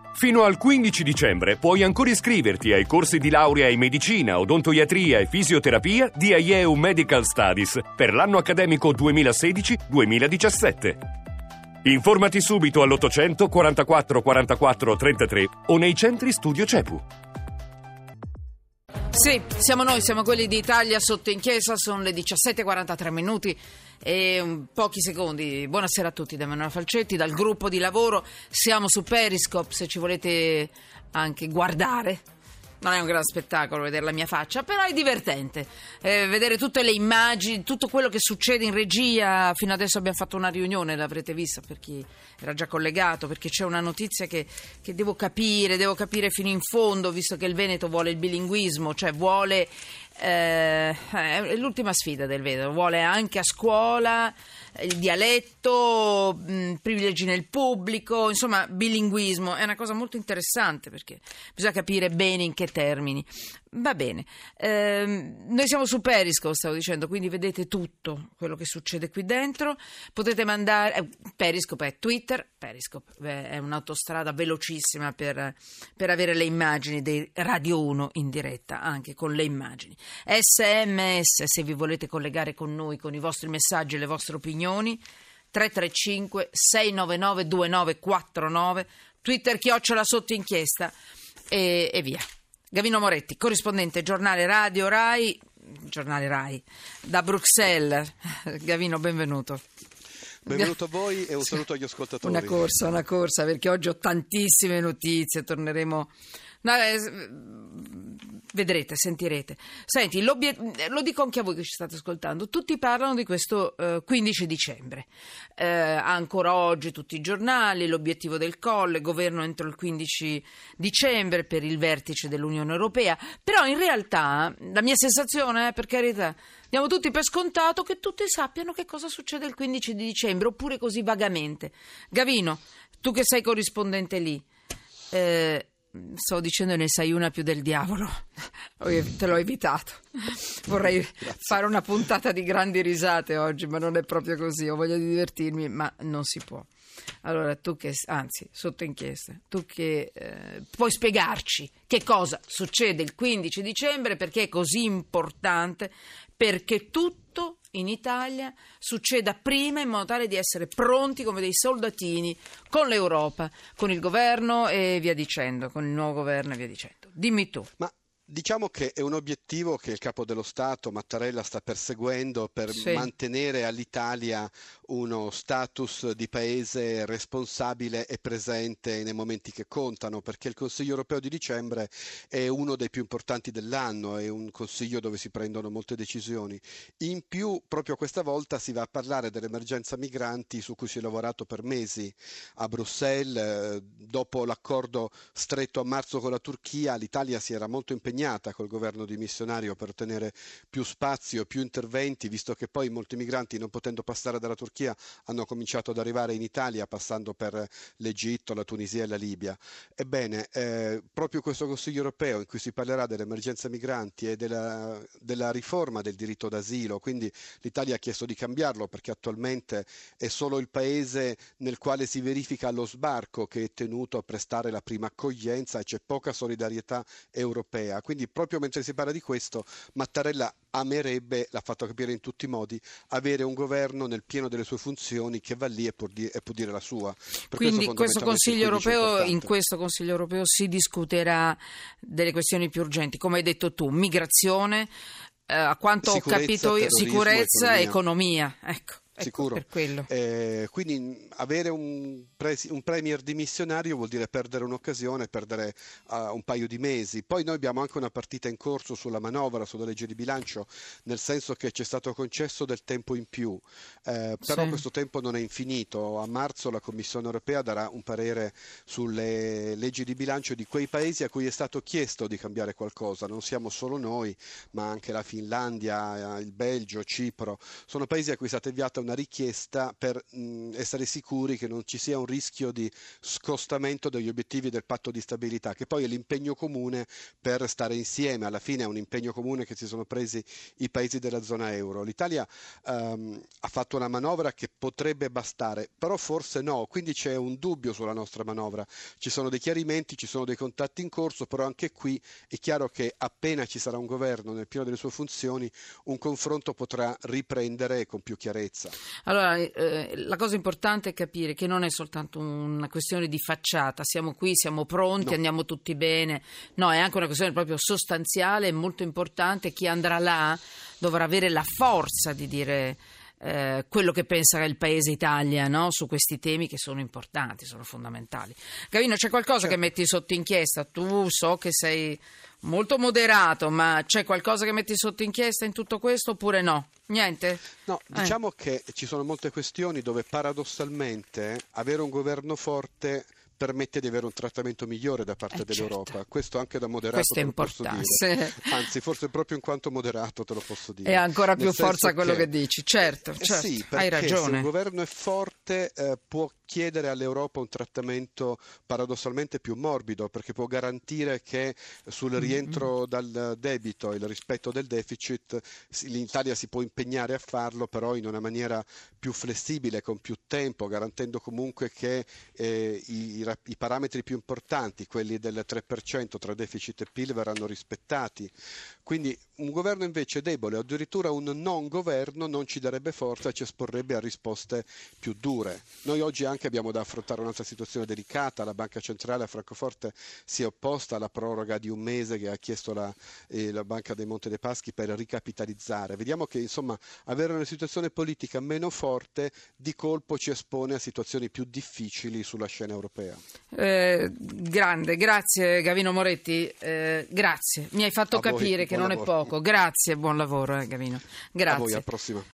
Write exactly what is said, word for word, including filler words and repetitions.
Fino al quindici dicembre puoi ancora iscriverti ai corsi di laurea in medicina, odontoiatria e fisioterapia di Aieu Medical Studies per l'anno accademico duemilasedici duemiladiciassette. Informati subito all'ottocento quarantaquattro quarantaquattro trentatré o nei centri studio CEPU. Sì, siamo noi, siamo quelli di Italia sotto inchiesta, sono le diciassette e quarantatré minuti e um, pochi secondi. Buonasera a tutti da Emanuela Falcetti, dal gruppo di lavoro. Siamo su Periscope, se ci volete anche guardare. Non è un gran spettacolo vedere la mia faccia, però è divertente eh, vedere tutte le immagini, tutto quello che succede in regia. Fino adesso abbiamo fatto una riunione, l'avrete vista per chi era già collegato, perché c'è una notizia che, che devo capire, devo capire fino in fondo, visto che il Veneto vuole il bilinguismo, cioè vuole, eh, è l'ultima sfida del Veneto, vuole anche a scuola il dialetto, mh, privilegi nel pubblico, insomma bilinguismo. È una cosa molto interessante perché bisogna capire bene in che termini. Va bene, ehm, noi siamo su Periscope, stavo dicendo, quindi vedete tutto quello che succede qui dentro. Potete mandare, eh, Periscope è Twitter, Periscope è un'autostrada velocissima per, per avere le immagini dei Radio uno in diretta, anche con le immagini. sms, se vi volete collegare con noi, con i vostri messaggi e le vostre opinioni, tre tre cinque sei nove nove due nove quattro nove, Twitter chiocciola sotto inchiesta e, e via. Gavino Moretti, corrispondente giornale Radio Rai, giornale Rai, da Bruxelles. Gavino, benvenuto. Benvenuto a voi e un saluto agli ascoltatori. Una corsa, una corsa, perché oggi ho tantissime notizie, torneremo... No, eh, vedrete, sentirete. Senti, lo dico anche a voi che ci state ascoltando, tutti parlano di questo eh, quindici dicembre, eh, ancora oggi tutti i giornali, l'obiettivo del Colle, governo entro il quindici dicembre per il vertice dell'Unione Europea, però in realtà la mia sensazione è, per carità, diamo tutti per scontato che tutti sappiano che cosa succede il quindici di dicembre, oppure così vagamente. Gavino, tu che sei corrispondente lì, eh, sto dicendo ne sai una più del diavolo, te l'ho evitato. Vorrei Grazie. fare una puntata di grandi risate oggi, ma non è proprio così. Ho voglia di divertirmi, ma non si può. Allora tu che, anzi, sotto inchiesta, tu che eh, puoi spiegarci che cosa succede il quindici dicembre, perché è così importante, perché tutto in Italia succeda prima, in modo tale di essere pronti come dei soldatini con l'Europa, con il governo e via dicendo, con il nuovo governo e via dicendo. Dimmi tu. Ma diciamo che è un obiettivo che il capo dello Stato Mattarella sta perseguendo per sì. mantenere all'Italia uno status di paese responsabile e presente nei momenti che contano, perché il Consiglio europeo di dicembre è uno dei più importanti dell'anno, è un consiglio dove si prendono molte decisioni. In più, proprio questa volta si va a parlare dell'emergenza migranti su cui si è lavorato per mesi a Bruxelles. Dopo l'accordo stretto a marzo con la Turchia, l'Italia si era molto impegnata col governo dimissionario per ottenere più spazio, più interventi, visto che poi molti migranti, non potendo passare dalla Turchia, hanno cominciato ad arrivare in Italia passando per l'Egitto, la Tunisia e la Libia. Ebbene, eh, proprio questo Consiglio europeo in cui si parlerà dell'emergenza migranti e della, della riforma del diritto d'asilo, quindi l'Italia ha chiesto di cambiarlo perché attualmente è solo il paese nel quale si verifica lo sbarco che è tenuto a prestare la prima accoglienza e c'è poca solidarietà europea. Quindi proprio mentre si parla di questo, Mattarella amerebbe, l'ha fatto capire in tutti i modi, avere un governo nel pieno delle sue funzioni che va lì e può dire, e può dire la sua. Per Quindi questo, questo Consiglio europeo, in questo Consiglio europeo si discuterà delle questioni più urgenti, come hai detto tu, migrazione, eh, a quanto ho capito io, sicurezza e economia. Ecco. Sicuro. Per quello. Eh, quindi avere un, presi, un premier dimissionario vuol dire perdere un'occasione, perdere uh, un paio di mesi. Poi noi abbiamo anche una partita in corso sulla manovra, sulla legge di bilancio, nel senso che ci è stato concesso del tempo in più, eh, però sì. questo tempo non è infinito. A marzo la Commissione europea darà un parere sulle leggi di bilancio di quei paesi a cui è stato chiesto di cambiare qualcosa. Non siamo solo noi, ma anche la Finlandia, il Belgio, Cipro. Sono paesi a cui è stata inviata una una richiesta per mh, essere sicuri che non ci sia un rischio di scostamento degli obiettivi del patto di stabilità, che poi è l'impegno comune per stare insieme. Alla fine è un impegno comune che si sono presi i paesi della zona euro. L'Italia ehm, ha fatto una manovra che potrebbe bastare, però forse no, quindi c'è un dubbio sulla nostra manovra. Ci sono dei chiarimenti, ci sono dei contatti in corso, però anche qui è chiaro che appena ci sarà un governo nel pieno delle sue funzioni, un confronto potrà riprendere con più chiarezza. Allora, eh, la cosa importante è capire che non è soltanto una questione di facciata, siamo qui, siamo pronti, no. Andiamo tutti bene, no, è anche una questione proprio sostanziale e molto importante. Chi andrà là dovrà avere la forza di dire eh, quello che pensa il paese Italia, no? Su questi temi che sono importanti, sono fondamentali. Gavino, c'è qualcosa certo. che metti sotto inchiesta? Tu so che sei molto moderato, ma c'è qualcosa che metti sotto inchiesta in tutto questo oppure no? Niente? No, diciamo eh. che ci sono molte questioni dove paradossalmente avere un governo forte permette di avere un trattamento migliore da parte eh dell'Europa. Certo. Questo anche da moderato Questo te è lo posso dire. Anzi, forse proprio in quanto moderato te lo posso dire. E ancora più Nel forza quello che, che dici, certo, eh, certo. Sì, hai ragione. Se un governo è forte eh, può chiedere all'Europa un trattamento paradossalmente più morbido, perché può garantire che sul rientro mm-hmm. dal debito e il rispetto del deficit l'Italia si può impegnare a farlo, però in una maniera più flessibile, con più tempo, garantendo comunque che eh, i, i parametri più importanti, quelli del tre per cento tra deficit e P I L, verranno rispettati. Quindi un governo invece debole, o addirittura un non governo, non ci darebbe forza e ci esporrebbe a risposte più dure. Noi oggi anche abbiamo da affrontare un'altra situazione delicata. La Banca Centrale a Francoforte si è opposta alla proroga di un mese che ha chiesto la, eh, la Banca dei Monte dei Paschi per ricapitalizzare. Vediamo che insomma avere una situazione politica meno forte di colpo ci espone a situazioni più difficili sulla scena europea. Eh, grande, grazie Gavino Moretti, eh, grazie, mi hai fatto a capire voi, che non lavoro. È poco, grazie, buon lavoro eh, Gavino, grazie. A voi, alla prossima.